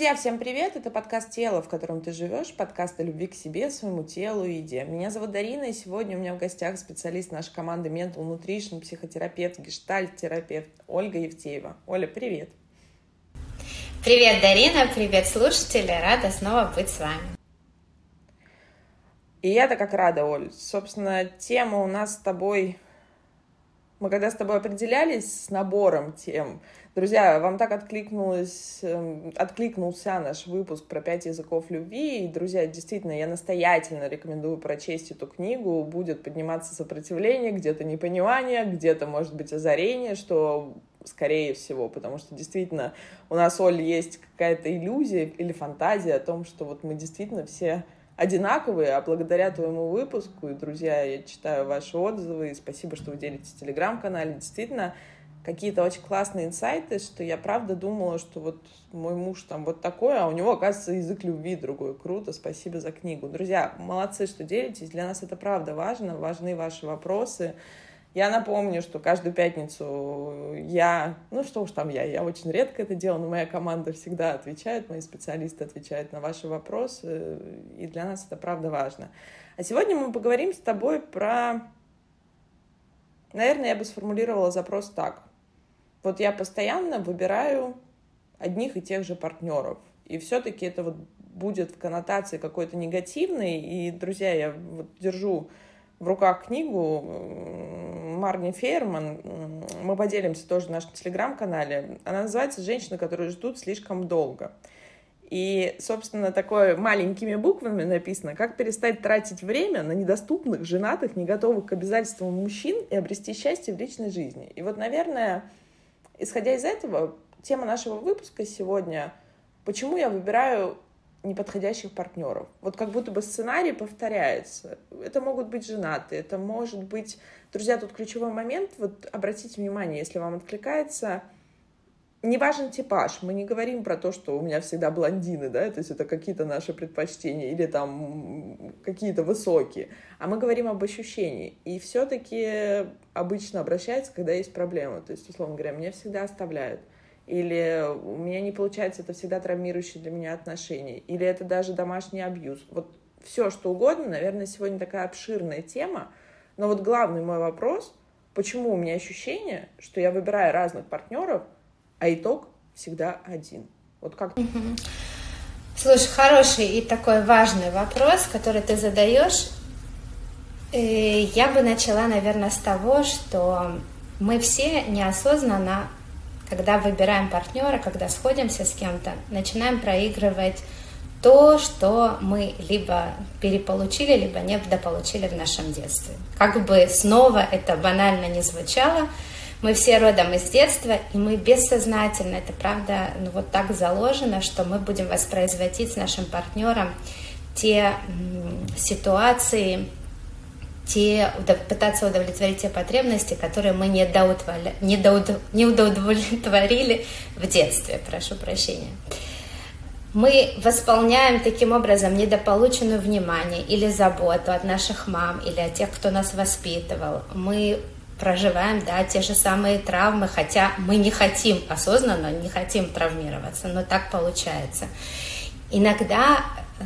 Друзья, всем привет! Это подкаст «Тело, в котором ты живешь», подкаст о любви к себе, своему телу и еде. Меня зовут Дарина, и сегодня у меня в гостях специалист нашей команды Mental Nutrition, психотерапевт, гештальт-терапевт Ольга Евтеева. Оля, привет! Привет, Дарина! Привет, слушатели! Рада снова быть с вами. И я-то как рада, Оль. Собственно, тема у нас с тобой... Мы когда с тобой определялись с набором тем, друзья, вам так откликнулся наш выпуск про 5 языков любви. И, друзья, действительно, я настоятельно рекомендую прочесть эту книгу. Будет подниматься сопротивление, где-то непонимание, где-то, может быть, озарение, что скорее всего, потому что действительно у нас, Оль, есть какая-то иллюзия или фантазия о том, что вот мы действительно все одинаковые, а благодаря твоему выпуску, и, друзья, я читаю ваши отзывы, и спасибо, что вы делитесь в Телеграм-канале, действительно, какие-то очень классные инсайты, что я правда думала, что вот мой муж там вот такой, а у него, оказывается, язык любви другой. Круто, спасибо за книгу. Друзья, молодцы, что делитесь, для нас это правда важно, важны ваши вопросы. Я напомню, что каждую пятницу я очень редко это делаю, но моя команда всегда отвечает, мои специалисты отвечают на ваши вопросы, и для нас это правда важно. А сегодня мы поговорим с тобой про... Наверное, я бы сформулировала запрос так. Вот я постоянно выбираю одних и тех же партнеров, и все-таки это вот будет в коннотации какой-то негативной, и, друзья, я вот держу в руках книгу Марни Фейерман, мы поделимся тоже в нашем Телеграм-канале. Она называется «Женщины, которые ждут слишком долго». И, собственно, такое маленькими буквами написано: как перестать тратить время на недоступных, женатых, не готовых к обязательствам мужчин и обрести счастье в личной жизни. И вот, наверное, исходя из этого, тема нашего выпуска сегодня: почему я выбираю неподходящих партнеров. Вот как будто бы сценарий повторяется. Это могут быть женатые, это может быть... Друзья, тут ключевой момент, вот обратите внимание, если вам откликается... Не важен типаж, мы не говорим про то, что у меня всегда блондины, да, то есть это какие-то наши предпочтения или там какие-то высокие, а мы говорим об ощущении. И все-таки обычно обращаются, когда есть проблемы. То есть, условно говоря, меня всегда оставляют. Или у меня не получается, это всегда травмирующие для меня отношения, или это даже домашний абьюз. Вот все, что угодно, наверное, сегодня такая обширная тема, но вот главный мой вопрос: почему у меня ощущение, что я выбираю разных партнеров, а итог всегда один? Вот как... Слушай, хороший и такой важный вопрос, который ты задаешь. Я бы начала, наверное, с того, что мы все неосознанно, когда выбираем партнера, когда сходимся с кем-то, начинаем проигрывать то, что мы либо переполучили, либо недополучили в нашем детстве. Как бы снова это банально не звучало, мы все родом из детства, и мы бессознательно, это правда, вот так заложено, что мы будем воспроизводить с нашим партнером те ситуации, пытаться удовлетворить те потребности, которые мы не удовлетворили в детстве, прошу прощения. Мы восполняем таким образом недополученное внимание или заботу от наших мам или от тех, кто нас воспитывал. Мы проживаем, те же самые травмы, хотя мы не хотим осознанно, не хотим травмироваться, но так получается. Иногда,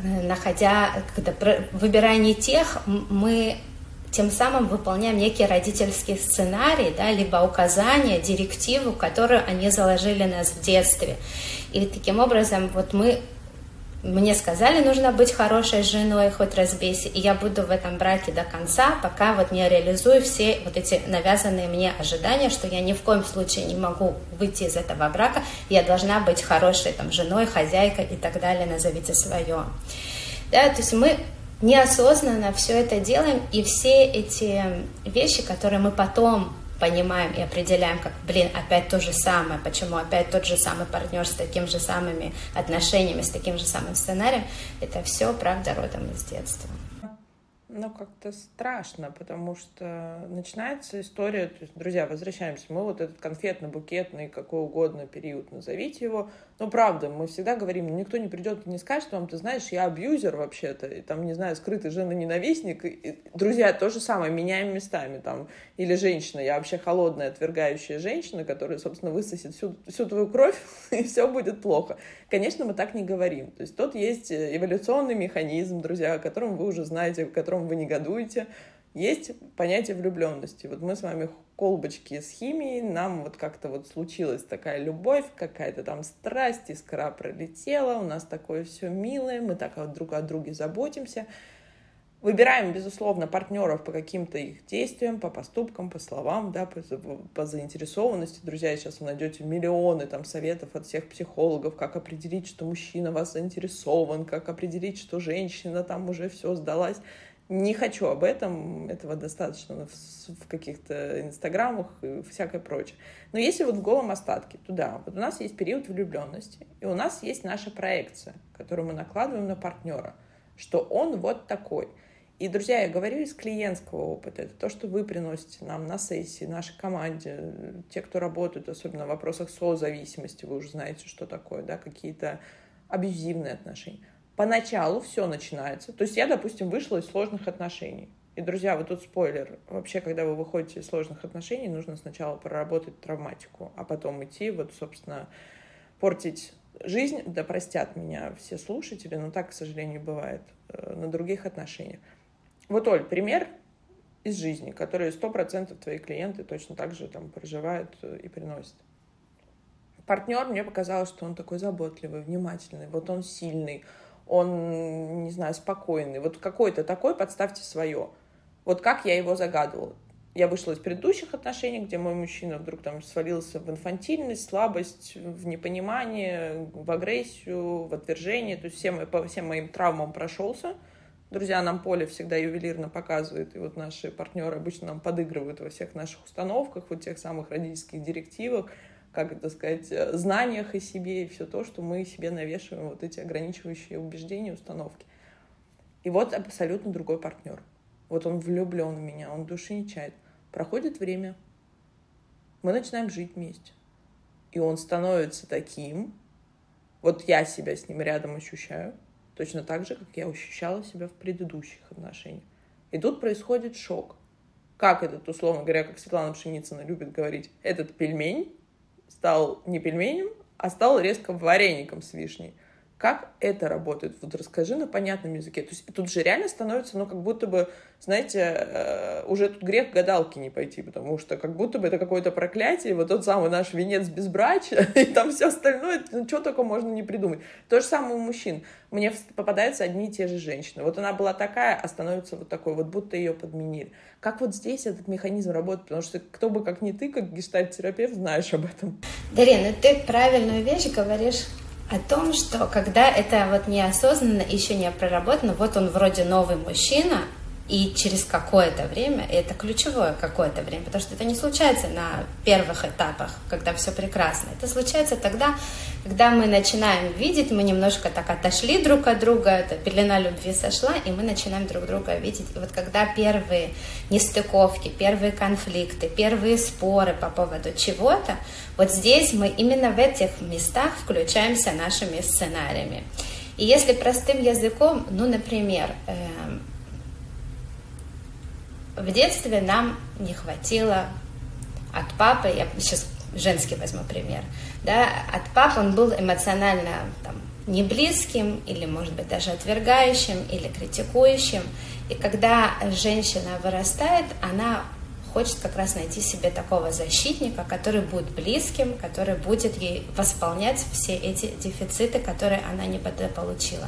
выбирая не тех, мы тем самым выполняем некий родительский сценарий, либо указания, директиву, которую они заложили нас в детстве. И таким образом, мне сказали, нужно быть хорошей женой, хоть разбейся, и я буду в этом браке до конца, пока не реализую все эти навязанные мне ожидания, что я ни в коем случае не могу выйти из этого брака, я должна быть хорошей женой, хозяйкой и так далее, назовите свое. То есть мы неосознанно все это делаем, и все эти вещи, которые мы потом понимаем и определяем, как, опять то же самое, почему опять тот же самый партнер с такими же самыми отношениями, с таким же самым сценарием, это все, правда, родом из детства. Как-то страшно, потому что начинается история, то есть, друзья, возвращаемся, мы этот конфетно-букетный, какой угодно период, назовите его, Ну, правда, мы всегда говорим, никто не придет и не скажет вам, ты знаешь, я абьюзер вообще-то, и там, не знаю, скрытый женоненавистник. Друзья, то же самое, меняем местами там. Или женщина, я вообще холодная, отвергающая женщина, которая, собственно, высосет всю твою кровь, и все будет плохо. Конечно, мы так не говорим. То есть тут есть эволюционный механизм, друзья, о котором вы уже знаете, о котором вы негодуете. Есть понятие влюбленности. Вот мы с вами колбочки с химией, нам вот как-то вот случилась такая любовь, какая-то там страсть, искра пролетела, у нас такое все милое, мы так вот друг о друге заботимся. Выбираем, безусловно, партнеров по каким-то их действиям, по поступкам, по словам, да, по заинтересованности. Друзья, сейчас вы найдете миллионы там советов от всех психологов, как определить, что мужчина вас заинтересован, как определить, что женщина там уже все сдалась. Не хочу об этом, этого достаточно в каких-то инстаграмах и всякое прочее. Но если вот в голом остатке, то да, вот у нас есть период влюбленности, и у нас есть наша проекция, которую мы накладываем на партнера, что он вот такой. И, друзья, я говорю из клиентского опыта, это то, что вы приносите нам на сессии, нашей команде, те, кто работают, особенно в вопросах созависимости, вы уже знаете, что такое, да, какие-то абьюзивные отношения. Поначалу все начинается. То есть я, допустим, вышла из сложных отношений. И, друзья, вот тут спойлер. Вообще, когда вы выходите из сложных отношений, нужно сначала проработать травматику, а потом идти, вот, собственно, портить жизнь. Да простят меня все слушатели, но так, к сожалению, бывает на других отношениях. Вот, Оль, пример из жизни, который 100% твои клиенты точно так же там проживают и приносят. Партнер, мне показалось, что он такой заботливый, внимательный, вот он сильный, он, не знаю, спокойный. Вот какой-то такой, подставьте свое. Вот как я его загадывала. Я вышла из предыдущих отношений, где мой мужчина вдруг там свалился в инфантильность, слабость, в непонимание, в агрессию, в отвержение. То есть по всем моим травмам прошелся. Друзья, нам Поля всегда ювелирно показывает, и вот наши партнеры обычно нам подыгрывают во всех наших установках, вот тех самых родительских директивах, как это сказать, знаниях о себе и все то, что мы себе навешиваем, вот эти ограничивающие убеждения, установки. И вот абсолютно другой партнер. Вот он влюблен в меня, он души не чает. Проходит время, мы начинаем жить вместе. И он становится таким, вот я себя с ним рядом ощущаю, точно так же, как я ощущала себя в предыдущих отношениях. И тут происходит шок. Как этот, условно говоря, как Светлана Пшеницына любит говорить, этот пельмень стал не пельменем, а стал резко вареником с вишней. Как это работает? Вот расскажи на понятном языке. То есть тут же реально становится, ну, как будто бы, знаете, уже тут грех гадалки не пойти, потому что как будто бы это какое-то проклятие, вот тот самый наш венец безбрачия, и там все остальное, ну, что только можно не придумать. То же самое у мужчин. Мне попадаются одни и те же женщины. Вот она была такая, а становится вот такой, вот будто ее подменили. Как вот здесь этот механизм работает? Потому что кто бы как не ты, как гештальт-терапевт, знаешь об этом. Дарина, ты правильную вещь говоришь о том, что когда это вот неосознанно, еще не проработано, вот он вроде новый мужчина, и через какое-то время, и это ключевое какое-то время, потому что это не случается на первых этапах, когда все прекрасно. Это случается тогда, когда мы начинаем видеть, мы немножко так отошли друг от друга, эта пелена любви сошла, и мы начинаем друг друга видеть. И вот когда первые нестыковки, первые конфликты, первые споры по поводу чего-то, вот здесь мы именно в этих местах включаемся нашими сценариями. И если простым языком, ну, например, в детстве нам не хватило от папы, я сейчас женский возьму пример, да, от папы он был эмоционально там, не близким, или, может быть, даже отвергающим, или критикующим. И когда женщина вырастает, она хочет как раз найти себе такого защитника, который будет близким, который будет ей восполнять все эти дефициты, которые она недополучила.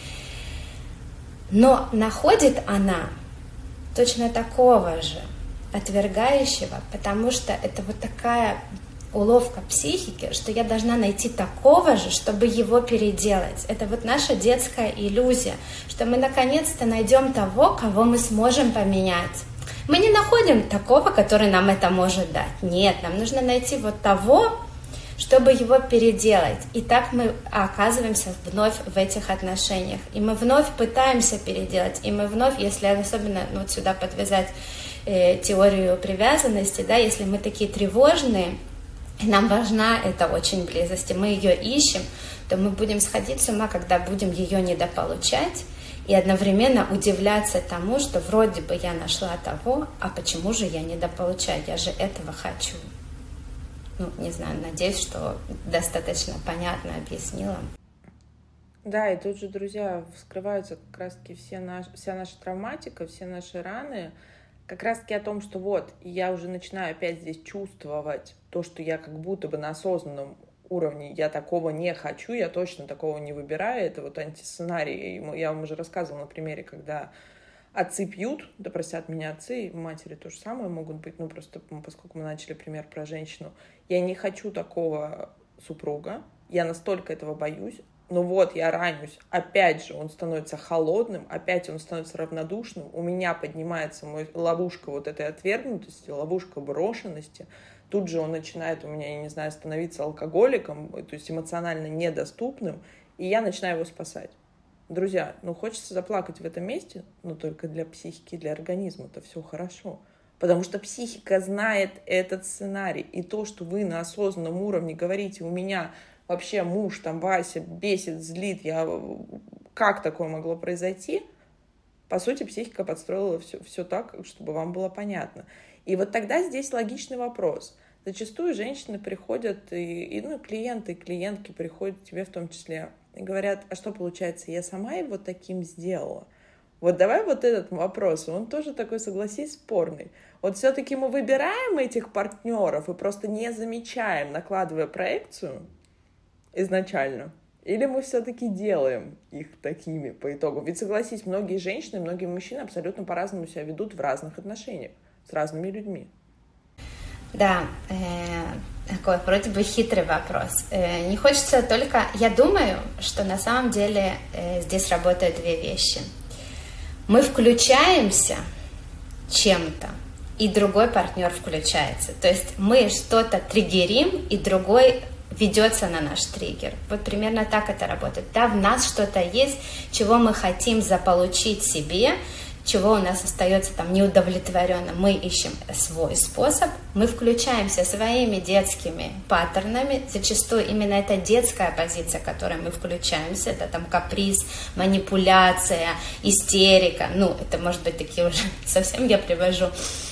Но находит она точно такого же отвергающего, потому что это вот такая уловка психики, что я должна найти такого же, чтобы его переделать. Это вот наша детская иллюзия, что мы наконец-то найдем того, кого мы сможем поменять. Мы не находим такого, который нам это может дать. Нет, нам нужно найти вот того, чтобы его переделать. И так мы оказываемся вновь в этих отношениях. И мы вновь пытаемся переделать. И мы вновь, если особенно вот сюда подвязать теорию привязанности, да, если мы такие тревожные, и нам важна эта очень близость, и мы ее ищем, то мы будем сходить с ума, когда будем ее недополучать, и одновременно удивляться тому, что вроде бы я нашла того, а почему же я недополучаю, я же этого хочу. Ну, не знаю, надеюсь, что достаточно понятно объяснила. Да, и тут же, друзья, вскрываются как раз-таки вся наша травматика, все наши раны, как раз-таки о том, что вот, я уже начинаю опять здесь чувствовать то, что я как будто бы на осознанном уровне, я такого не хочу, я точно такого не выбираю, это вот антисценарий. Я вам уже рассказывала на примере, когда отцы пьют, да простят меня отцы, и матери то же самое могут быть, ну просто поскольку мы начали пример про женщину, я не хочу такого супруга, я настолько этого боюсь, но вот я ранюсь, опять же он становится холодным, опять он становится равнодушным, у меня поднимается ловушка вот этой отвергнутости, ловушка брошенности, тут же он начинает у меня, я не знаю, становиться алкоголиком, то есть эмоционально недоступным, и я начинаю его спасать. Друзья, ну хочется заплакать в этом месте, но только для психики, для организма это все хорошо. Потому что психика знает этот сценарий. И то, что вы на осознанном уровне говорите, у меня вообще муж, там, Вася, бесит, злит, как такое могло произойти? По сути, психика подстроила все так, чтобы вам было понятно. И вот тогда здесь логичный вопрос. Зачастую женщины приходят, клиенты и клиентки приходят к тебе в том числе, и говорят, а что получается, я сама его таким сделала? Вот давай вот этот вопрос, он тоже такой, согласись, спорный. Вот все-таки мы выбираем этих партнеров и просто не замечаем, накладывая проекцию изначально, или мы все-таки делаем их такими по итогу? Ведь согласись, многие женщины, многие мужчины абсолютно по-разному себя ведут в разных отношениях с разными людьми. Да, такой вроде бы хитрый вопрос. Не хочется только... Я думаю, что на самом деле здесь работают две вещи. Мы включаемся чем-то, и другой партнер включается. То есть мы что-то триггерим, и другой ведется на наш триггер. Вот примерно так это работает. Да, в нас что-то есть, чего мы хотим заполучить себе, чего у нас остается там неудовлетворенно, мы ищем свой способ, мы включаемся своими детскими паттернами, зачастую именно эта детская позиция, в которой мы включаемся, это там каприз, манипуляция, истерика, ну, это может быть такие уже совсем я привожу.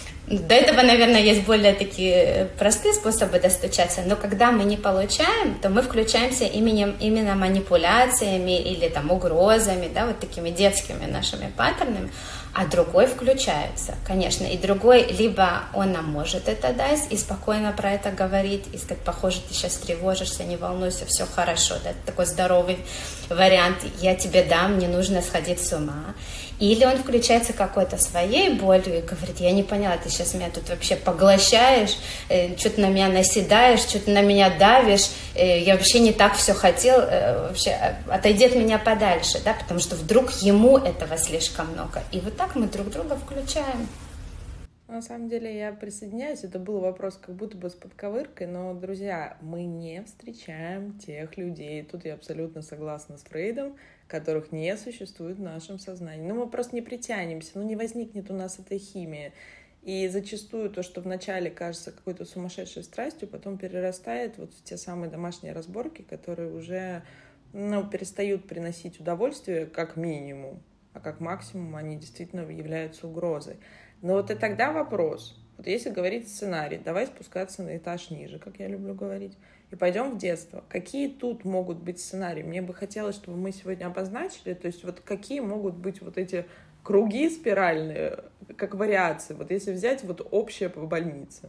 До этого, наверное, есть более такие простые способы достучаться, но когда мы не получаем, то мы включаемся именно манипуляциями или там угрозами, да, вот такими детскими нашими паттернами, а другой включается, конечно, и другой либо он нам может это дать и спокойно про это говорить, и сказать, похоже, ты сейчас тревожишься, не волнуйся, все хорошо, да, это такой здоровый вариант, я тебе дам, не нужно сходить с ума. Или он включается какой-то своей болью и говорит, я не поняла, ты сейчас меня тут вообще поглощаешь, что-то на меня наседаешь, что-то на меня давишь, я вообще не так все хотел, вообще отойди от меня подальше, да, потому что вдруг ему этого слишком много. И вот так мы друг друга включаем. На самом деле я присоединяюсь, это был вопрос как будто бы с подковыркой, но, друзья, мы не встречаем тех людей, тут я абсолютно согласна с Фрейдом, которых не существует в нашем сознании. Ну, мы просто не притянемся, не возникнет у нас этой химии. И зачастую то, что вначале кажется какой-то сумасшедшей страстью, потом перерастает вот в те самые домашние разборки, которые уже перестают приносить удовольствие как минимум, а как максимум они действительно являются угрозой. Но вот и тогда вопрос, вот если говорить сценарий, давай спускаться на этаж ниже, как я люблю говорить, и пойдем в детство. Какие тут могут быть сценарии? Мне бы хотелось, чтобы мы сегодня обозначили, то есть вот какие могут быть вот эти круги спиральные, как вариации, вот если взять вот общее по больнице.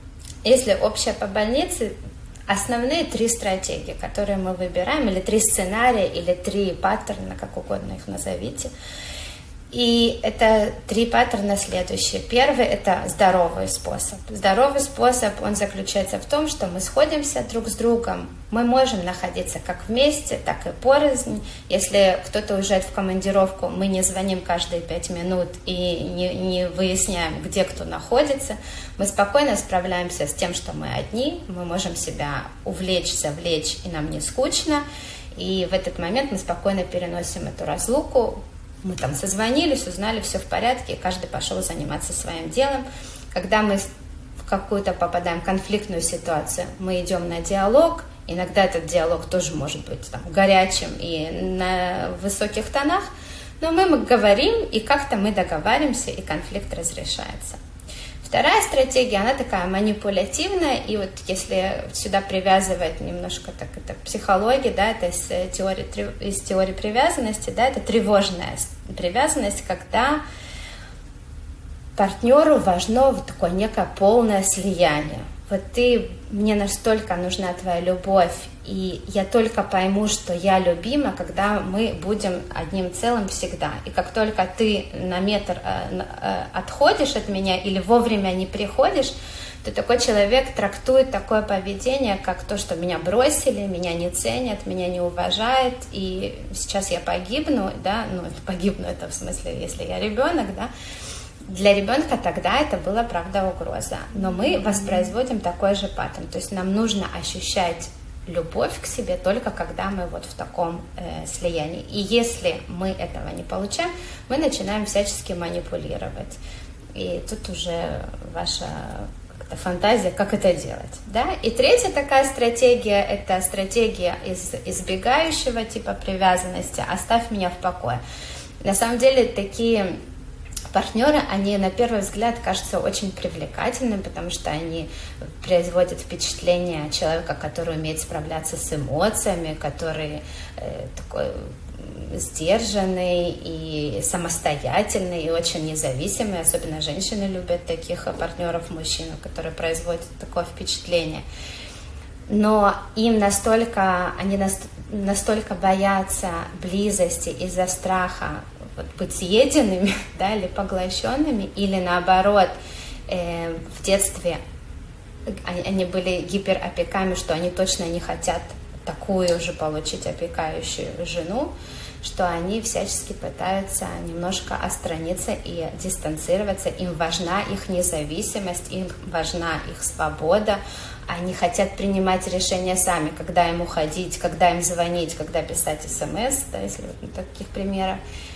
Если общее по больнице, основные 3 стратегии, которые мы выбираем, или 3 сценария, или 3 паттерна, как угодно их назовите. И это 3 паттерна следующие. Первый – это здоровый способ. Здоровый способ, он заключается в том, что мы сходимся друг с другом. Мы можем находиться как вместе, так и порознь. Если кто-то уезжает в командировку, мы не звоним каждые 5 минут и не выясняем, где кто находится. Мы спокойно справляемся с тем, что мы одни. Мы можем себя увлечь, завлечь, и нам не скучно. И в этот момент мы спокойно переносим эту разлуку. Мы там созвонились, узнали, все в порядке, и каждый пошел заниматься своим делом. Когда мы какую-то попадаем в конфликтную ситуацию, мы идем на диалог. Иногда этот диалог тоже может быть там горячим и на высоких тонах, но мы говорим, и как-то мы договариваемся, и конфликт разрешается. Вторая стратегия, она такая манипулятивная, и вот если сюда привязывать немножко так это психология, да, это из теории привязанности, да, это тревожная привязанность, когда партнеру важно вот такое некое полное слияние. Вот мне настолько нужна твоя любовь, и я только пойму, что я любима, когда мы будем одним целым всегда. И как только ты на метр отходишь от меня или вовремя не приходишь, то такой человек трактует такое поведение, как то, что меня бросили, меня не ценят, меня не уважают, и сейчас я погибну, да, погибну это в смысле, если я ребенок, да. Для ребенка тогда это была, правда, угроза. Но мы воспроизводим такой же паттерн. То есть нам нужно ощущать любовь к себе только когда мы вот в таком слиянии. И если мы этого не получаем, мы начинаем всячески манипулировать. И тут уже ваша фантазия, как это делать. Да? И третья такая стратегия, это стратегия из избегающего типа привязанности «оставь меня в покое». На самом деле такие партнеры, они на первый взгляд кажутся очень привлекательными, потому что они производят впечатление человека, который умеет справляться с эмоциями, который такой сдержанный и самостоятельный, и очень независимый. Особенно женщины любят таких партнеров мужчин, которые производят такое впечатление. Но они настолько боятся близости из-за страха быть съеденными, да, или поглощенными, или наоборот, в детстве они были гиперопекаемы, что они точно не хотят такую же получить опекающую жену, что они всячески пытаются немножко отстраниться и дистанцироваться. Им важна их независимость, им важна их свобода. Они хотят принимать решения сами, когда им уходить, когда им звонить, когда писать смс, да, если вот на таких примерах.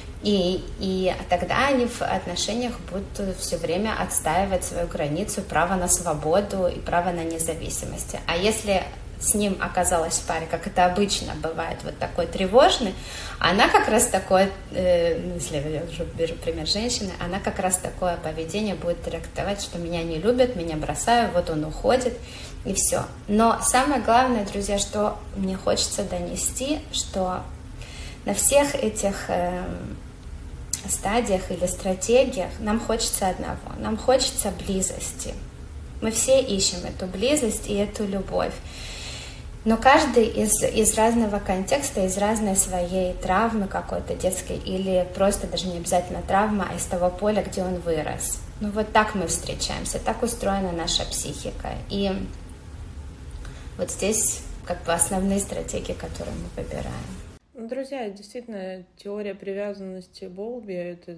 И тогда они в отношениях будут все время отстаивать свою границу, право на свободу и право на независимость. А если с ним оказалась в паре, как это обычно бывает, вот такой тревожный, она как раз такое, если я уже беру пример женщины, она как раз такое поведение будет трактовать, что меня не любят, меня бросают, вот он уходит, и все. Но самое главное, друзья, что мне хочется донести, что на всех этих стадиях или стратегиях нам хочется одного, нам хочется близости. Мы все ищем эту близость и эту любовь. Но каждый из разного контекста, из разной своей травмы какой-то детской, или просто даже не обязательно травма, а из того поля, где он вырос. Ну вот так мы встречаемся, так устроена наша психика. И вот здесь как бы основные стратегии, которые мы выбираем. Друзья, действительно, теория привязанности Болби, это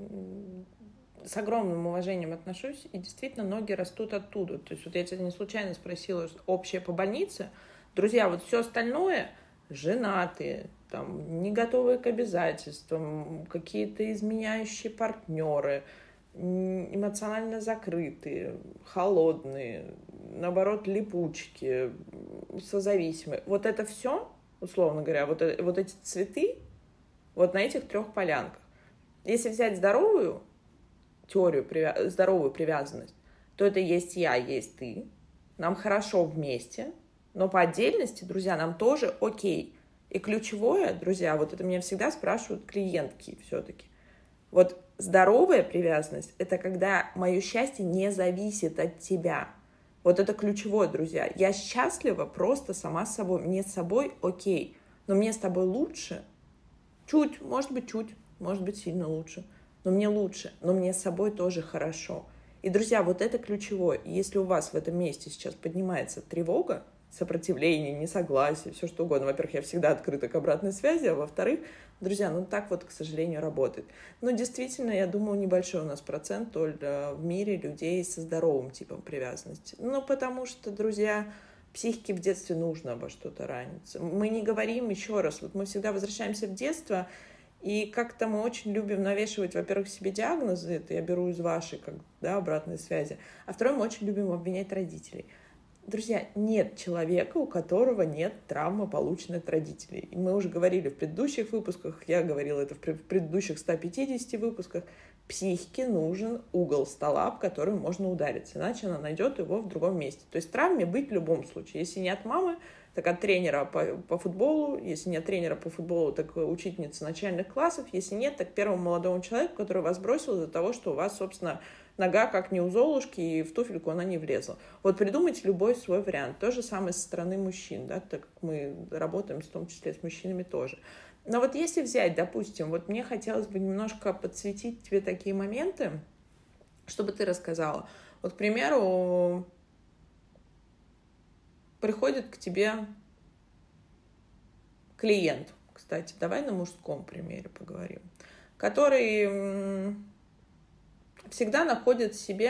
с огромным уважением отношусь, и действительно ноги растут оттуда. То есть вот я тебя не случайно спросила, общее по больнице. Друзья, вот все остальное, женатые, там, не готовые к обязательствам, какие-то изменяющие партнеры, эмоционально закрытые, холодные, наоборот, липучки, созависимые. Вот это все, условно говоря, вот эти цветы, вот на этих 3 полянках. Если взять здоровую теорию, здоровую привязанность, то это есть я, есть ты, нам хорошо вместе, но по отдельности, друзья, нам тоже окей. И ключевое, друзья, вот это меня всегда спрашивают клиентки все-таки. Вот здоровая привязанность — это когда мое счастье не зависит от тебя. Вот это ключевое, друзья. Я счастлива просто сама с собой. Мне с собой окей. Но мне с тобой лучше. Чуть, может быть, сильно лучше. Но мне лучше. Но мне с собой тоже хорошо. И, друзья, вот это ключевое. Если у вас в этом месте сейчас поднимается тревога, сопротивление, несогласие, все что угодно. Во-первых, я всегда открыта к обратной связи, а во-вторых, друзья, так вот, к сожалению, работает. Но действительно, я думаю, небольшой у нас процент только в мире людей со здоровым типом привязанности. Потому что, друзья, психике в детстве нужно обо что-то раниться. Мы не говорим еще раз, вот мы всегда возвращаемся в детство, И как-то мы очень любим навешивать, во-первых, себе диагнозы, это я беру из вашей обратной связи, а второе, мы очень любим обвинять родителей. Друзья, нет человека, у которого нет травмы, полученной от родителей. И мы уже говорили в предыдущих выпусках, я говорила это в предыдущих 150 выпусках, психике нужен угол стола, об который можно удариться, иначе она найдет его в другом месте. То есть травме быть в любом случае. Если не от мамы, так от тренера по футболу, если не от тренера по футболу, так учительницы начальных классов, если нет, так первому молодому человеку, который вас бросил из-за того, что у вас, собственно, нога как не у Золушки, и в туфельку она не влезла. Вот придумайте любой свой вариант. То же самое со стороны мужчин, да, так как мы работаем в том числе с мужчинами тоже. Но вот если взять, допустим, вот мне хотелось бы немножко подсветить тебе такие моменты, чтобы ты рассказала. Вот, к примеру, приходит к тебе клиент, кстати, давай на мужском примере поговорим, который всегда находит в себе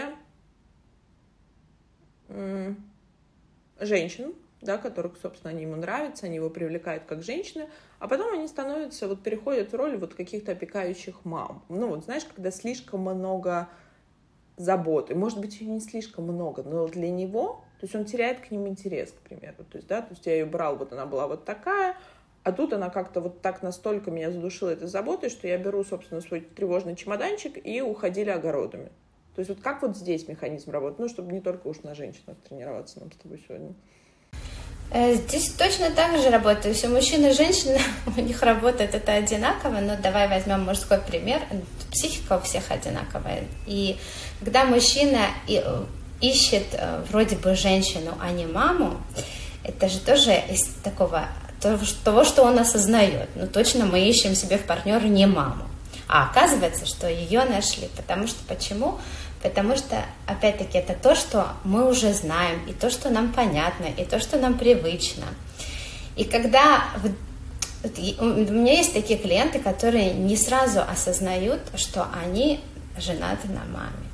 женщин, да, которых, собственно, они ему нравятся, они его привлекают как женщины, а потом они становятся, вот переходят в роль вот каких-то опекающих мам. Ну, вот знаешь, когда слишком много заботы, может быть, и не слишком много, но для него, то есть он теряет к ним интерес, к примеру. То есть, да, то есть я ее брал, вот она была вот такая, а тут она как-то вот так настолько меня задушила этой заботой, что я беру, собственно, свой тревожный чемоданчик и уходили огородами. То есть вот как вот здесь механизм работает? Ну, чтобы не только уж на женщинах тренироваться нам с тобой сегодня. Здесь точно так же работает. То есть у мужчин и женщин у них работает это одинаково, но давай возьмем мужской пример. Психика у всех одинаковая. И когда мужчина ищет вроде бы женщину, а не маму, это же тоже из такого того, что он осознает. Ну, точно мы ищем себе в партнера не маму. А оказывается, что ее нашли. Потому что почему? Потому что, опять-таки, это то, что мы уже знаем, и то, что нам понятно, и то, что нам привычно. И когда... У меня есть такие клиенты, которые не сразу осознают, что они женаты на маме.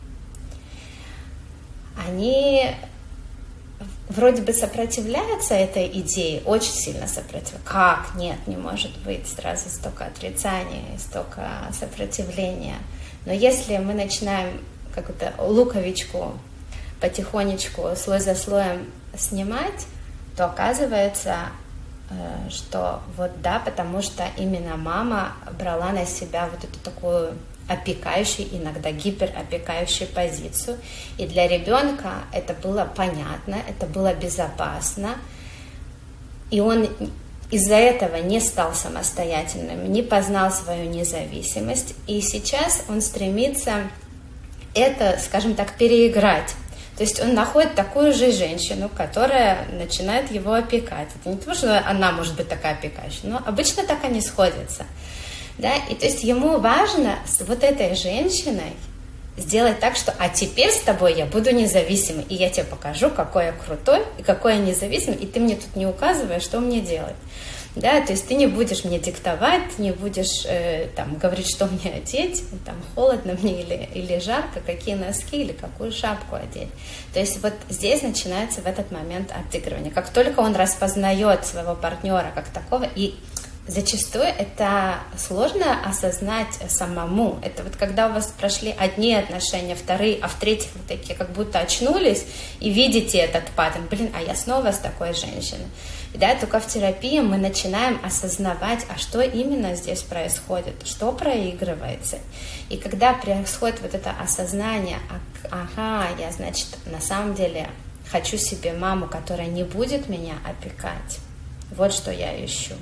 Они вроде бы сопротивляются этой идее, очень сильно сопротивляются. Как? Нет, не может быть. Сразу столько отрицания, столько сопротивления. Но если мы начинаем какую-то луковичку потихонечку, слой за слоем снимать, то оказывается, что вот да, потому что именно мама брала на себя вот эту такую опекающую, иногда гиперопекающую позицию. И для ребенка это было понятно, это было безопасно. И он из-за этого не стал самостоятельным, не познал свою независимость. И сейчас он стремится это, скажем так, переиграть. То есть он находит такую же женщину, которая начинает его опекать. Это не то, что она может быть такая опекающая, но обычно так они сходятся. Да? И то есть ему важно с вот этой женщиной сделать так, что а теперь с тобой я буду независимой, и я тебе покажу, какой я крутой и какой я независимый, и ты мне тут не указываешь, что мне делать. Да, то есть ты не будешь мне диктовать, ты не будешь там, говорить, что мне одеть, там, холодно мне или жарко, какие носки или какую шапку одеть. То есть вот здесь начинается в этот момент отыгрывание. Как только он распознает своего партнера как такого, и зачастую это сложно осознать самому. Это вот когда у вас прошли одни отношения, вторые, а в третьих вы такие как будто очнулись и видите этот паттерн. Блин, а я снова с такой женщиной. Да, только в терапии мы начинаем осознавать, а что именно здесь происходит, что проигрывается. И когда происходит вот это осознание, ага, я, значит, на самом деле хочу себе маму, которая не будет меня опекать, вот что я ищу.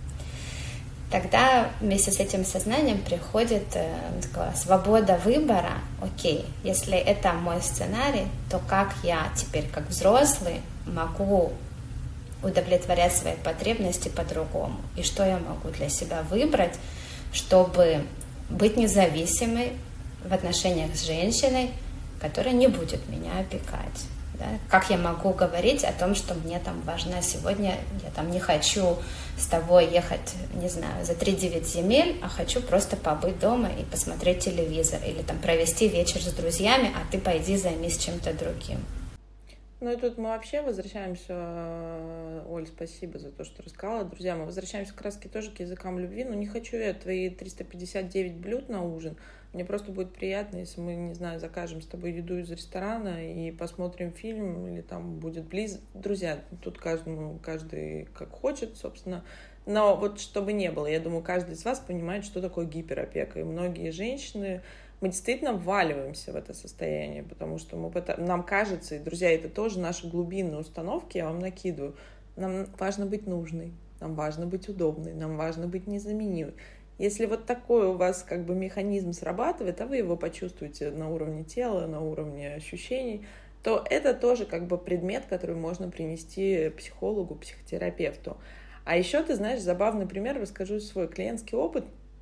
Тогда вместе с этим сознанием приходит такая свобода выбора. Окей, если это мой сценарий, то как я теперь, как взрослый, могу удовлетворять свои потребности по-другому? И что я могу для себя выбрать, чтобы быть независимой в отношениях с женщиной, которая не будет меня опекать? Да? Как я могу говорить о том, что мне там важно сегодня, я там не хочу с тобой ехать, не знаю, за 3-9 земель, а хочу просто побыть дома и посмотреть телевизор, или там провести вечер с друзьями, а ты пойди займись чем-то другим. Ну и тут мы вообще возвращаемся, Оль, спасибо за то, что рассказала. Друзья, мы возвращаемся как раз тоже к языкам любви. Ну не хочу я твои 359 блюд на ужин. Мне просто будет приятно, если мы, не знаю, закажем с тобой еду из ресторана и посмотрим фильм, или там будет близ. Друзья, тут каждый как хочет, собственно. Но вот чтобы не было, я думаю, каждый из вас понимает, что такое гиперопека. И многие женщины... Мы действительно вваливаемся в это состояние, потому что нам кажется, и, друзья, это тоже наши глубинные установки, я вам накидываю, нам важно быть нужной, нам важно быть удобной, нам важно быть незаменимой. Если вот такой у вас как бы механизм срабатывает, а вы его почувствуете на уровне тела, на уровне ощущений, то это тоже как бы предмет, который можно принести психологу, психотерапевту. А еще, ты знаешь, забавный пример, расскажу свой клиентский опыт.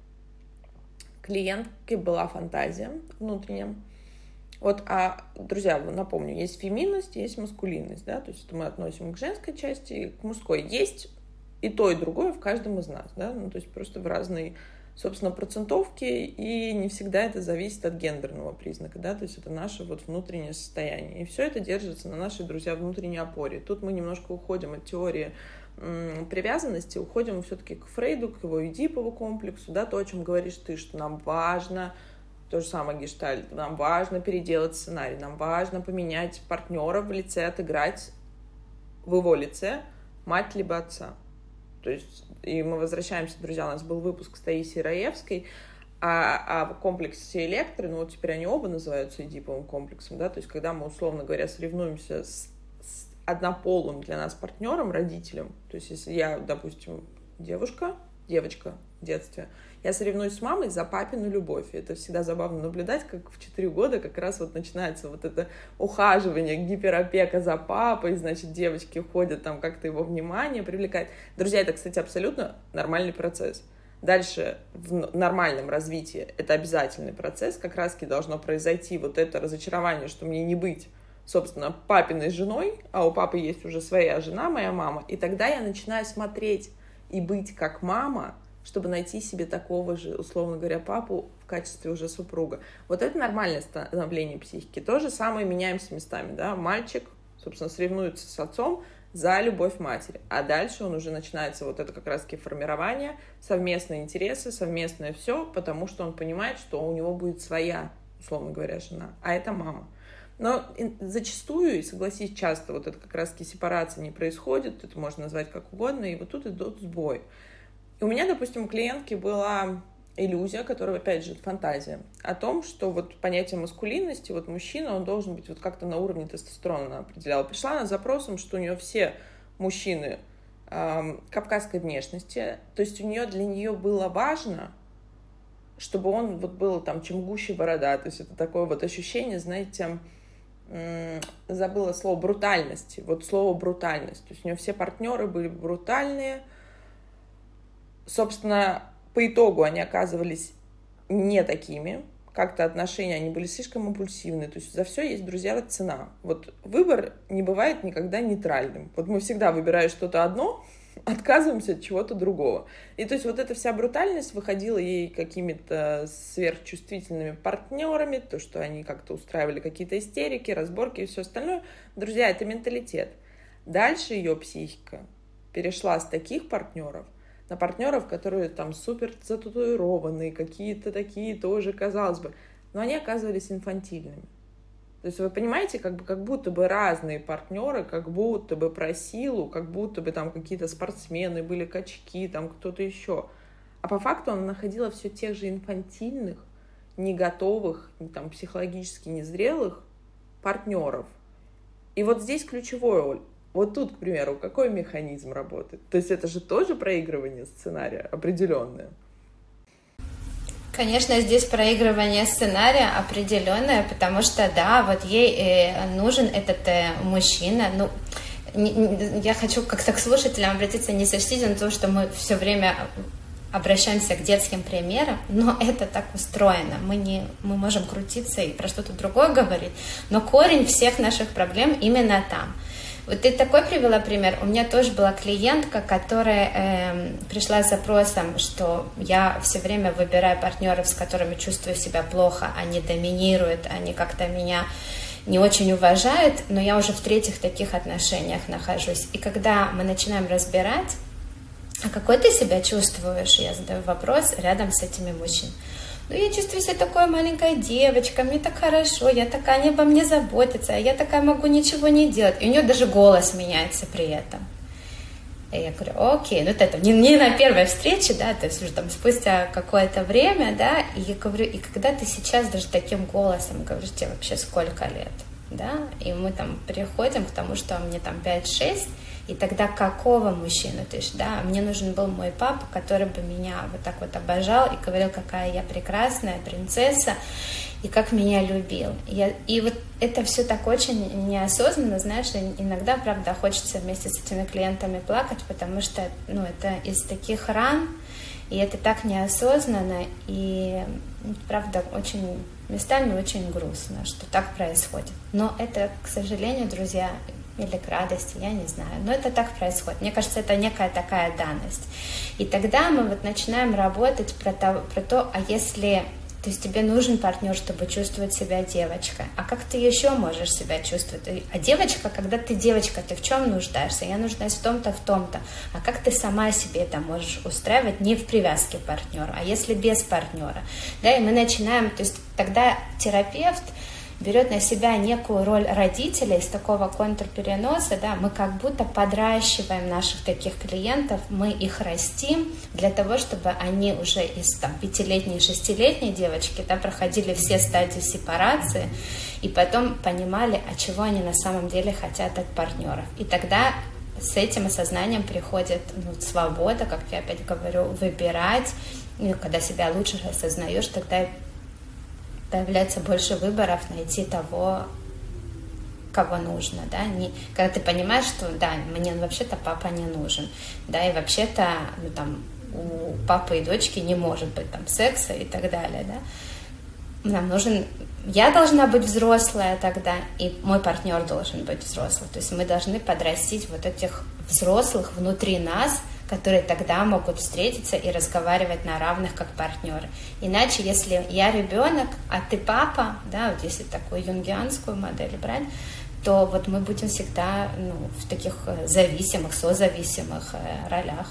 Клиентке была фантазия внутренняя. Вот, друзья, напомню, есть феминность, есть маскулинность, да, то есть это мы относим к женской части и к мужской. Есть и то, и другое в каждом из нас, да, ну, то есть просто в разные, собственно, процентовки, и не всегда это зависит от гендерного признака, да, то есть это наше вот внутреннее состояние. И все это держится на нашей, друзья, внутренней опоре. Тут мы немножко уходим от теории привязанности, уходим все-таки к Фрейду, к его Эдипову комплексу, да, то, о чем говоришь ты, что нам важно, то же самое Гештальт, нам важно переделать сценарий, нам важно поменять партнера в лице, отыграть в его лице мать либо отца. То есть, и мы возвращаемся, друзья, у нас был выпуск с Таисией Раевской о комплексе Электры, ну вот теперь они оба называются Эдиповым комплексом, да, то есть когда мы, условно говоря, соревнуемся с однополым для нас партнером, родителем, то есть если я, допустим, девочка в детстве, я соревнуюсь с мамой за папину любовь. И это всегда забавно наблюдать, как в 4 года как раз вот начинается вот это ухаживание, гиперопека за папой, значит, девочки ходят там как-то его внимание привлекать. Друзья, это, кстати, абсолютно нормальный процесс. Дальше в нормальном развитии это обязательный процесс, как раз-таки должно произойти вот это разочарование, что мне не быть, собственно, папиной женой, а у папы есть уже своя жена, моя мама, и тогда я начинаю смотреть и быть как мама, чтобы найти себе такого же, условно говоря, папу в качестве уже супруга. Вот это нормальное становление психики. То же самое меняемся местами, да, мальчик, собственно, соревнуется с отцом за любовь матери, а дальше он уже начинается вот это как раз-таки формирование, совместные интересы, совместное все, потому что он понимает, что у него будет своя, условно говоря, жена, а это мама. Но зачастую, и согласись, часто вот это как раз-таки сепарация не происходит, это можно назвать как угодно, и вот тут идут сбои. И у меня, допустим, у клиентки была иллюзия, которая, опять же, фантазия, о том, что вот понятие маскулинности, вот мужчина, он должен быть вот как-то на уровне тестостерона, она определяла. Пришла она с запросом, что у нее все мужчины кавказской внешности, то есть для нее было важно, чтобы он вот был там чем гуще борода, то есть это такое вот ощущение, знаете, забыла слово брутальности, вот слово брутальность, то есть у нее все партнеры были брутальные, собственно, по итогу они оказывались не такими, как-то отношения, они были слишком импульсивные, то есть за все есть, друзья, цена. Вот выбор не бывает никогда нейтральным, вот мы всегда, выбирая что-то одно, отказываемся от чего-то другого. И то есть вот эта вся брутальность выходила ей какими-то сверхчувствительными партнерами, то, что они как-то устраивали какие-то истерики, разборки и все остальное. Друзья, это менталитет. Дальше ее психика перешла с таких партнеров на партнеров, которые там супер зататуированные, какие-то такие тоже, казалось бы, но они оказывались инфантильными. То есть вы понимаете, как будто бы разные партнеры, как будто бы про силу, как будто бы там какие-то спортсмены были, качки, там кто-то еще. А по факту она находила все тех же инфантильных, не готовых, там, психологически незрелых партнеров. И вот здесь ключевое, Оль. Вот тут, к примеру, какой механизм работает? То есть это же тоже проигрывание сценария определенное. Конечно, здесь проигрывание сценария определенное, потому что, да, вот ей нужен этот мужчина. Ну, я хочу как-то к слушателям обратиться, не сочтите на то, что мы все время обращаемся к детским примерам, но это так устроено. Мы можем крутиться и про что-то другое говорить, но корень всех наших проблем именно там. Вот ты такой привела пример. У меня тоже была клиентка, которая пришла с запросом, что я все время выбираю партнеров, с которыми чувствую себя плохо, они доминируют, они как-то меня не очень уважают, но я уже в третьих таких отношениях нахожусь. И когда мы начинаем разбирать, а какой ты себя чувствуешь, я задаю вопрос рядом с этими мужчинами. Ну, я чувствую себя такой маленькой девочкой, мне так хорошо, я такая, они обо мне заботятся, а я такая могу ничего не делать. И у нее даже голос меняется при этом. И я говорю, окей, ну это не на первой встрече, да, то есть уже там спустя какое-то время, да, и я говорю, и когда ты сейчас даже таким голосом говоришь, тебе вообще сколько лет, да, и мы там приходим к тому, что мне там 5-6, и тогда какого мужчину ты, да, мне нужен был мой папа, который бы меня вот так вот обожал и говорил, какая я прекрасная принцесса, и как меня любил. И вот это все так очень неосознанно, знаешь, иногда, правда, хочется вместе с этими клиентами плакать, потому что, ну, это из таких ран, и это так неосознанно, и, правда, очень местами очень грустно, что так происходит. Но это, к сожалению, друзья, или к радости, я не знаю. Но это так происходит. Мне кажется, это некая такая данность. И тогда мы вот начинаем работать про то, а если... То есть тебе нужен партнер, чтобы чувствовать себя девочкой. А как ты еще можешь себя чувствовать? А девочка, когда ты девочка, ты в чем нуждаешься? Я нуждаюсь в том-то, в том-то. А как ты сама себе это можешь устраивать не в привязке к партнеру, а если без партнера? Да, и мы начинаем... То есть тогда терапевт берет на себя некую роль родителя из такого контрпереноса, да, мы как будто подращиваем наших таких клиентов, мы их растим для того, чтобы они уже из там 5-летней, 6-летней девочки, да, проходили все стадии сепарации и потом понимали, а чего они на самом деле хотят от партнеров. И тогда с этим осознанием приходит, ну, свобода, как я опять говорю, выбирать, и когда себя лучше осознаешь, тогда появляется больше выборов найти того, кого нужно, да, когда ты понимаешь, что, да, мне вообще-то папа не нужен, да, и вообще-то, ну, там, у папы и дочки не может быть там секса и так далее, да, нам нужен, я должна быть взрослая тогда, и мой партнер должен быть взрослым, то есть мы должны подрастить вот этих взрослых внутри нас, которые тогда могут встретиться и разговаривать на равных как партнеры. Иначе, если я ребенок, а ты папа, да, вот если такую юнгианскую модель брать, то вот мы будем всегда, ну, в таких зависимых, созависимых ролях.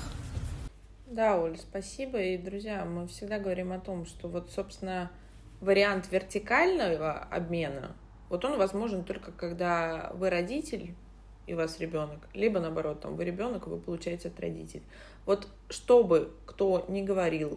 Да, Оль, спасибо. И, друзья, мы всегда говорим о том, что вот, собственно, вариант вертикального обмена, вот он возможен только когда вы родитель, и у вас ребенок, либо наоборот, там, вы ребенок, и вы получаете от родителей. Вот чтобы кто ни говорил,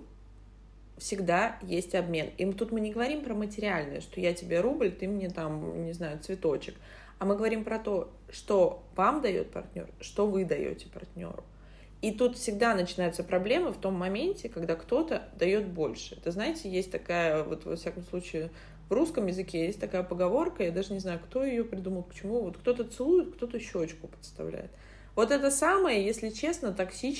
всегда есть обмен. И тут мы не говорим про материальное, что я тебе рубль, ты мне там, не знаю, цветочек. А мы говорим про то, что вам дает партнер, что вы даете партнеру. И тут всегда начинаются проблемы в том моменте, когда кто-то дает больше. Это, знаете, есть такая, вот во всяком случае, в русском языке есть такая поговорка, я даже не знаю, кто ее придумал, почему. Вот кто-то целует, кто-то щечку подставляет. Вот это самая, если честно,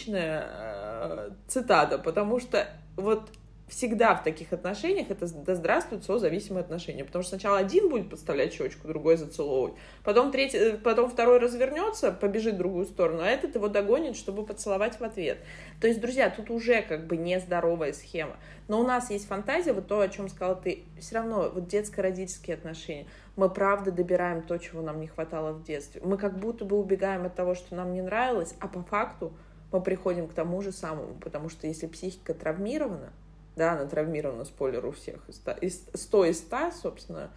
токсичная цитата, потому что вот всегда в таких отношениях это да здравствуют созависимые отношения, потому что сначала один будет подставлять щечку, другой зацеловывать, потом второй развернется, побежит в другую сторону, а этот его догонит, чтобы поцеловать в ответ. То есть, друзья, тут уже как бы нездоровая схема. Но у нас есть фантазия, вот то, о чем сказала ты, все равно вот детско-родительские отношения. Мы правда добираем то, чего нам не хватало в детстве. Мы как будто бы убегаем от того, что нам не нравилось, а по факту мы приходим к тому же самому, потому что если психика травмирована, да, она травмирована, спойлер, у всех, 100 из 100, собственно,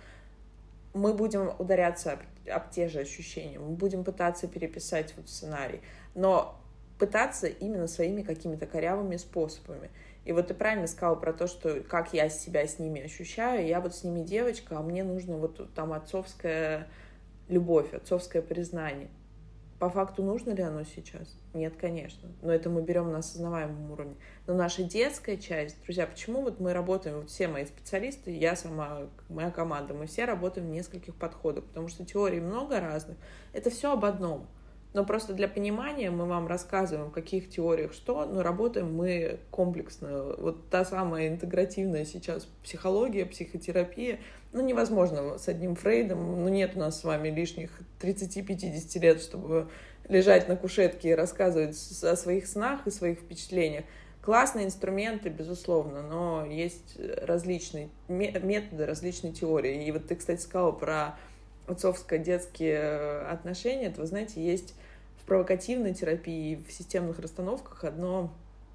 мы будем ударяться об те же ощущения, мы будем пытаться переписать вот сценарий, но пытаться именно своими какими-то корявыми способами. И вот ты правильно сказала про то, что как я себя с ними ощущаю, я вот с ними девочка, а мне нужно вот там отцовская любовь, отцовское признание. По факту нужно ли оно сейчас? Нет, конечно. Но это мы берем на осознаваемом уровне. Но наша детская часть, друзья, почему вот мы работаем, вот все мои специалисты, я сама, моя команда, мы все работаем в нескольких подходах, потому что теорий много разных. Это все об одном. Но просто для понимания мы вам рассказываем, в каких теориях что, но работаем мы комплексно. Вот та самая интегративная сейчас психология, психотерапия, невозможно с одним Фрейдом, нет у нас с вами лишних 30-50 лет, чтобы лежать на кушетке и рассказывать о своих снах и своих впечатлениях. Классные инструменты, безусловно, но есть различные методы, различные теории. И вот ты, кстати, сказала про отцовско-детские отношения. Это, вы знаете, есть в провокативной терапии, в системных расстановках одно,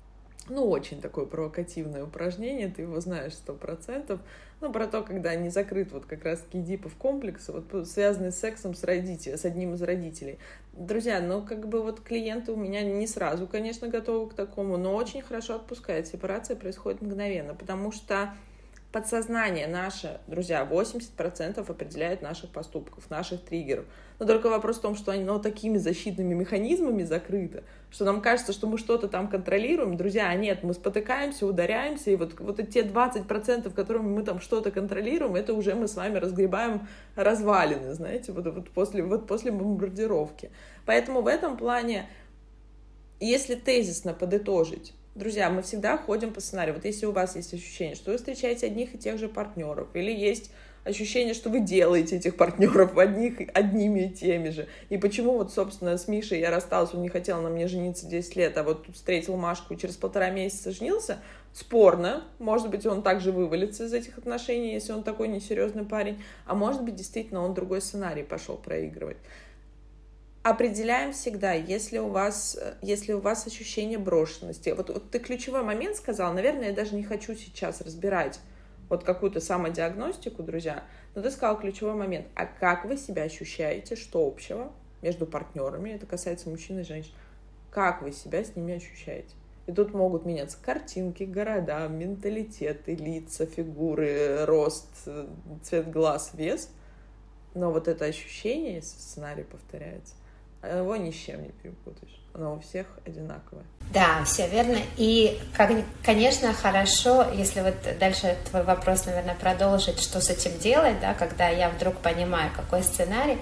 очень такое провокативное упражнение, ты его знаешь 100%, про то, когда не закрыт вот как раз-таки Эдипов комплекс, вот связанный с сексом с одним из родителей. Друзья, клиенты у меня не сразу, конечно, готовы к такому, но очень хорошо отпускают. Сепарация происходит мгновенно, потому что подсознание наше, друзья, 80% определяет наших поступков, наших триггеров. Но только вопрос в том, что они такими защитными механизмами закрыты, что нам кажется, что мы что-то там контролируем. Друзья, нет, мы спотыкаемся, ударяемся, и вот те 20%, которыми мы там что-то контролируем, это уже мы с вами разгребаем развалины, знаете, после бомбардировки. Поэтому в этом плане, если тезисно подытожить, друзья, мы всегда ходим по сценарию. Вот если у вас есть ощущение, что вы встречаете одних и тех же партнеров, или есть ощущение, что вы делаете этих партнеров одними и теми же. И почему собственно, с Мишей я рассталась, он не хотел на мне жениться 10 лет, а вот встретил Машку и через 1,5 месяца женился, спорно. Может быть, он также вывалится из этих отношений, если он такой несерьезный парень, а может быть, действительно, он другой сценарий пошел проигрывать. Определяем всегда, если у вас ощущение брошенности. Вот ты ключевой момент сказал, наверное, я даже не хочу сейчас разбирать какую-то самодиагностику, друзья, но ты сказал ключевой момент. А как вы себя ощущаете, что общего между партнерами, это касается мужчин и женщин, как вы себя с ними ощущаете? И тут могут меняться картинки, города, менталитеты, лица, фигуры, рост, цвет глаз, вес, но вот это ощущение, если сценарий повторяется, его ни с чем не перепутаешь. Оно у всех одинаковое. Да, все верно. И, конечно, хорошо, если дальше твой вопрос, наверное, продолжить, что с этим делать, да, когда я вдруг понимаю, какой сценарий.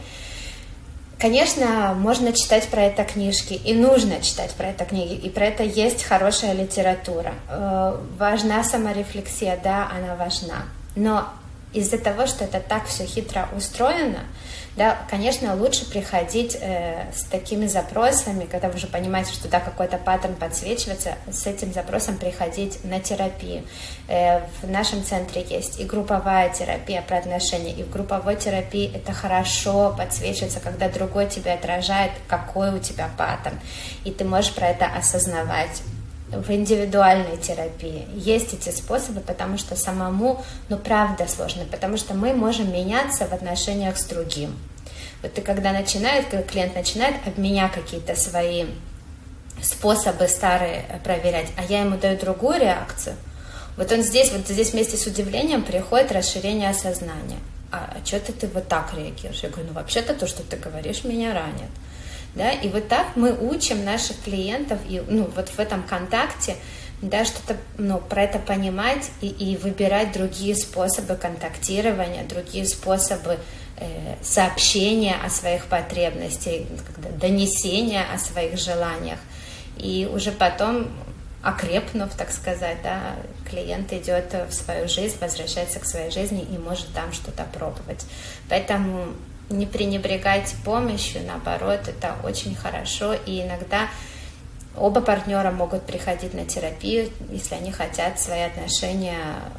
Конечно, можно читать про это книжки, и нужно читать про это книги, и про это есть хорошая литература. Важна саморефлексия, да, она важна. Но из-за того, что это так все хитро устроено, да, конечно, лучше приходить с такими запросами, когда вы уже понимаете, что да, какой-то паттерн подсвечивается, с этим запросом приходить на терапию. В нашем центре есть и групповая терапия про отношения, и в групповой терапии это хорошо подсвечивается, когда другой тебя отражает, какой у тебя паттерн, и ты можешь про это осознавать. В индивидуальной терапии есть эти способы, потому что самому, правда сложно, потому что мы можем меняться в отношениях с другим. Вот когда клиент начинает об меня какие-то свои способы старые проверять, а я ему даю другую реакцию, вот здесь вместе с удивлением приходит расширение осознания. А что-то ты вот так реагируешь? Я говорю, вообще-то то, что ты говоришь, меня ранит. Да, и вот так мы учим наших клиентов, и в этом контакте, да, что-то про это понимать и выбирать другие способы контактирования, другие способы сообщения о своих потребностях, донесения о своих желаниях. И уже потом, окрепнув, так сказать, да, клиент идет в свою жизнь, возвращается к своей жизни и может там что-то пробовать. Поэтому не пренебрегайте помощью, наоборот, это очень хорошо, и иногда оба партнера могут приходить на терапию, если они хотят свои отношения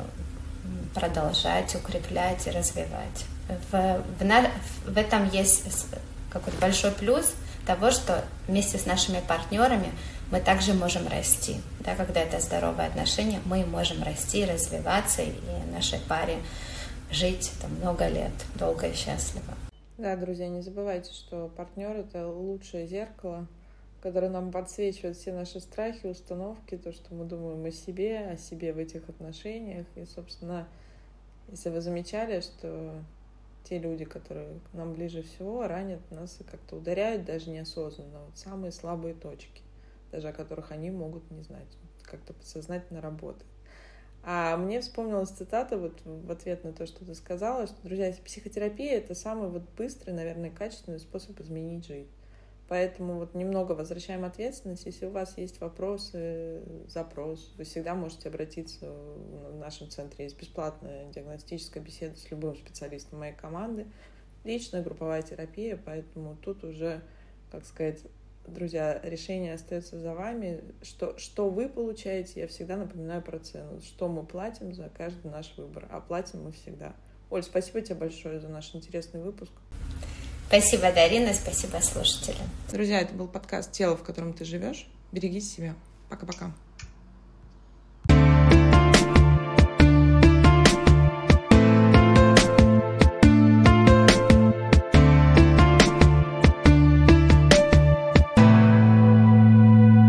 продолжать, укреплять и развивать. В этом есть какой-то большой плюс того, что вместе с нашими партнерами мы также можем расти. Да, когда это здоровые отношения, мы можем расти, развиваться, и нашей паре жить много лет, долго и счастливо. Да, друзья, не забывайте, что партнер — это лучшее зеркало, которое нам подсвечивает все наши страхи, установки, то, что мы думаем о себе в этих отношениях. И, собственно, если вы замечали, что те люди, которые к нам ближе всего, ранят нас и как-то ударяют даже неосознанно, самые слабые точки, даже о которых они могут не знать, как-то подсознательно работать. А мне вспомнилась цитата в ответ на то, что ты сказала, что, друзья, психотерапия — это самый быстрый, наверное, качественный способ изменить жизнь. Поэтому вот немного возвращаем ответственность. Если у вас есть вопросы, запрос, вы всегда можете обратиться. В нашем центре есть бесплатная диагностическая беседа с любым специалистом моей команды. Личная групповая терапия, поэтому тут уже, как сказать, друзья, решение остается за вами. Что вы получаете, я всегда напоминаю про цену. Что мы платим за каждый наш выбор, а платим мы всегда. Оль, спасибо тебе большое за наш интересный выпуск. Спасибо, Дарина, спасибо слушателям. Друзья, это был подкаст «Тело, в котором ты живешь». Береги себя. Пока-пока.